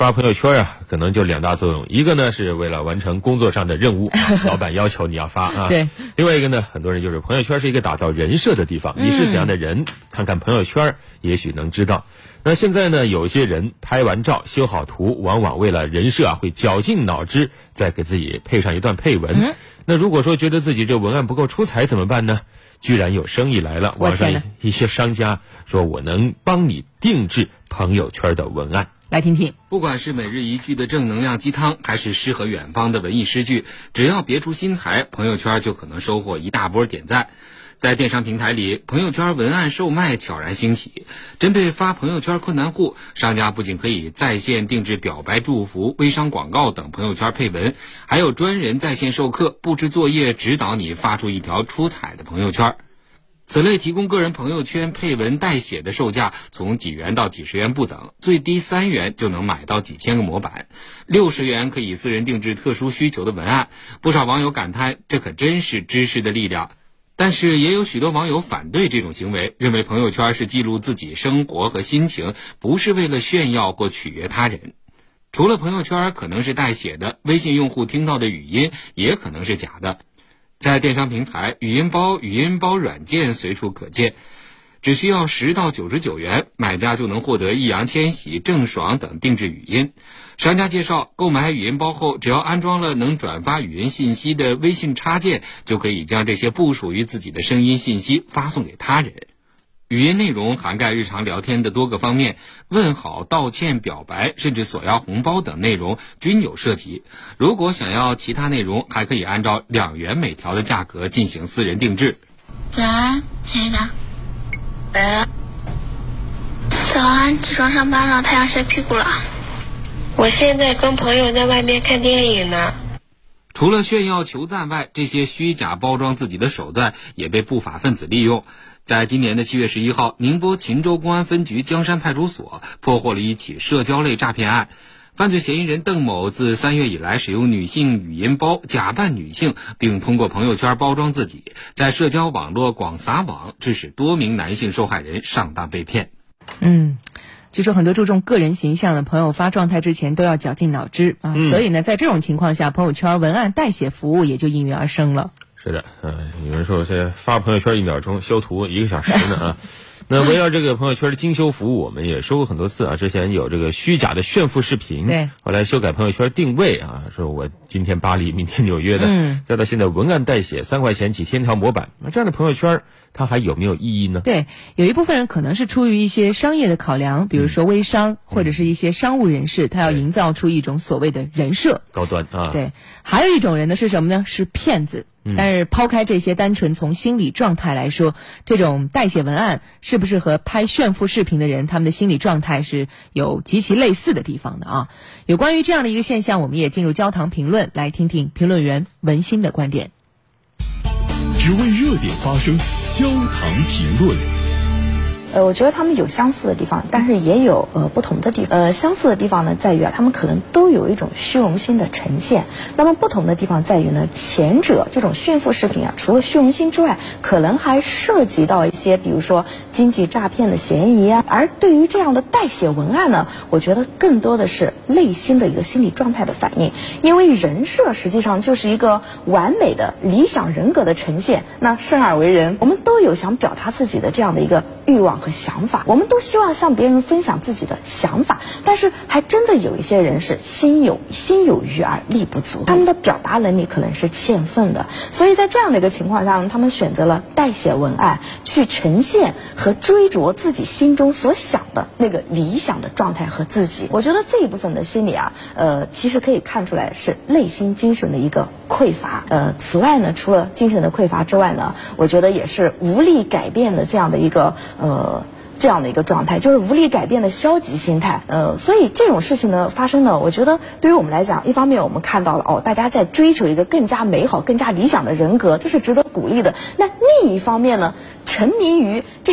发朋友圈啊，可能就两大作用，一个呢是为了完成工作上的任务，老板要求你要发啊。 对。 另外一个呢，很多人就是朋友圈是一个打造人设的地方，你是怎样的人，看看朋友圈也许能知道。那现在呢，有些人拍完照修好图，往往为了人设啊，会绞尽脑汁再给自己配上一段配文。那如果说觉得自己这文案不够出彩怎么办呢？居然有生意来了，网上一些商家说我能帮你定制朋友圈的文案。 来听听， 不管是每日一句的正能量鸡汤，还是诗和远方的文艺诗句，只要别出心裁，朋友圈就可能收获一大波点赞。在电商平台里，朋友圈文案售卖悄然兴起。针对发朋友圈困难户，商家不仅可以在线定制表白、祝福、微商广告等朋友圈配文，还有专人在线授课、布置作业，指导你发出一条出彩的朋友圈。此类提供个人朋友圈配文代写的售价从几元到几十元不等，最低3元就能买到几千个模板，60元可以私人定制特殊需求的文案。不少网友感叹，这可真是知识的力量。但是也有许多网友反对这种行为，认为朋友圈是记录自己生活和心情，不是为了炫耀或取悦他人。除了朋友圈可能是代写的，微信用户听到的语音也可能是假的。在电商平台，语音包软件随处可见，只需要10到99元，买家就能获得易烊千玺、郑爽等定制语音。商家介绍，购买语音包后，只要安装了能转发语音信息的微信插件，就可以将这些不属于自己的声音信息发送给他人。语音内容涵盖日常聊天的多个方面，问好、道歉、表白，甚至索要红包等内容均有涉及。如果想要其他内容，还可以按照2元每条的价格进行私人定制。 早安，亲爱的。来了。早安，起床上班了，太阳晒屁股了。 我现在跟朋友在外面看电影呢。 除了炫耀求赞外，这些虚假包装自己的手段也被不法分子利用。在今年的7月11号，宁波秦州公安分局江山派出所破获了一起社交类诈骗案。犯罪嫌疑人邓某自3月以来使用女性语音包假扮女性，并通过朋友圈包装自己，在社交网络广撒网，致使多名男性受害人上当被骗。 据说很多注重个人形象的朋友发状态之前都要绞尽脑汁啊，所以呢，在这种情况下，朋友圈文案代写服务也就应运而生了。 是的，有人说这发朋友圈1秒钟，修图1个小时呢啊。那围绕这个朋友圈的精修服务，我们也说过很多次啊。之前有这个虚假的炫富视频， 对， 后来修改朋友圈定位啊，说我今天巴黎，明天纽约的，再到现在文案代写3块钱几千条模板，那这样的朋友圈它还有没有意义呢？ 对，有一部分人可能是出于一些商业的考量，比如说微商或者是一些商务人士，他要营造出一种所谓的人设， 高端啊。 对，还有一种人呢是什么呢？是骗子。但是抛开这些，单纯从心理状态来说，这种代写文案是不是和拍炫富视频的人他们的心理状态是有极其类似的地方的啊？有关于这样的一个现象，我们也进入焦糖评论，来听听评论员文心的观点。 只为热点发声，焦糖评论。 我觉得他们有相似的地方，但是也有不同的地方。相似的地方呢，在于他们可能都有一种虚荣心的呈现。那么不同的地方在于呢，前者这种炫富视频除了虚荣心之外，可能还涉及到一些，比如说经济诈骗的嫌疑啊。而对于这样的代写文案呢，我觉得更多的是内心的一个心理状态的反应。因为人设实际上就是一个完美的理想人格的呈现。那生而为人，我们都有想表达自己的这样的一个欲望和想法，我们都希望向别人分享自己的想法，但是还真的有一些人是心有余而力不足，他们的表达能力可能是欠奉的，所以在这样的一个情况下，他们选择了代写文案去呈现和追逐自己心中所想的那个理想的状态和自己。我觉得这一部分的心理其实可以看出来是内心精神的一个匮乏。此外呢，除了精神的匮乏之外呢，我觉得也是无力改变的这样的一个状态，就是无力改变的消极心态。所以这种事情呢发生呢，我觉得对于我们来讲，一方面我们看到了大家在追求一个更加美好、更加理想的人格，这是值得鼓励的。那另一方面呢，沉迷于这种代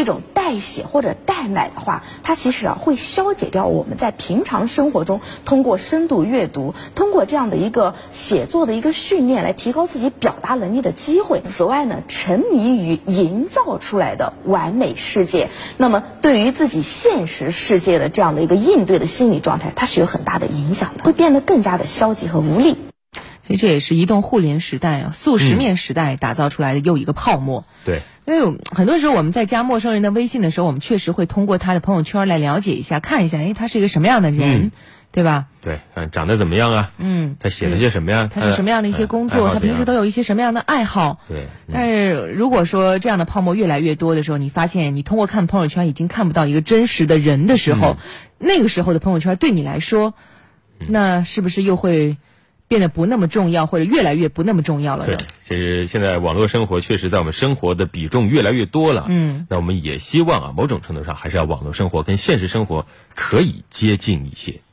代写或者代买的话，它其实会消解掉我们在平常生活中通过深度阅读，通过这样的一个写作的一个训练来提高自己表达能力的机会。此外呢，沉迷于营造出来的完美世界，那么对于自己现实世界的这样的一个应对的心理状态，它是有很大的影响的，会变得更加的消极和无力。 其实这也是移动互联时代啊，速食面时代打造出来的又一个泡沫。 对， 因为很多时候我们在加陌生人的微信的时候，我们确实会通过他的朋友圈来了解一下，看一下，他是一个什么样的人，对吧？ 对，长得怎么样啊？他写了些什么呀？ 他是什么样的一些工作？他平时都有一些什么样的爱好？ 对。 但是如果说这样的泡沫越来越多的时候，你发现你通过看朋友圈已经看不到一个真实的人的时候，那个时候的朋友圈对你来说，那是不是又会变得不那么重要，或者越来越不那么重要了呢？ 对，其实现在网络生活确实在我们生活的比重越来越多了。那我们也希望某种程度上还是要网络生活跟现实生活可以接近一些。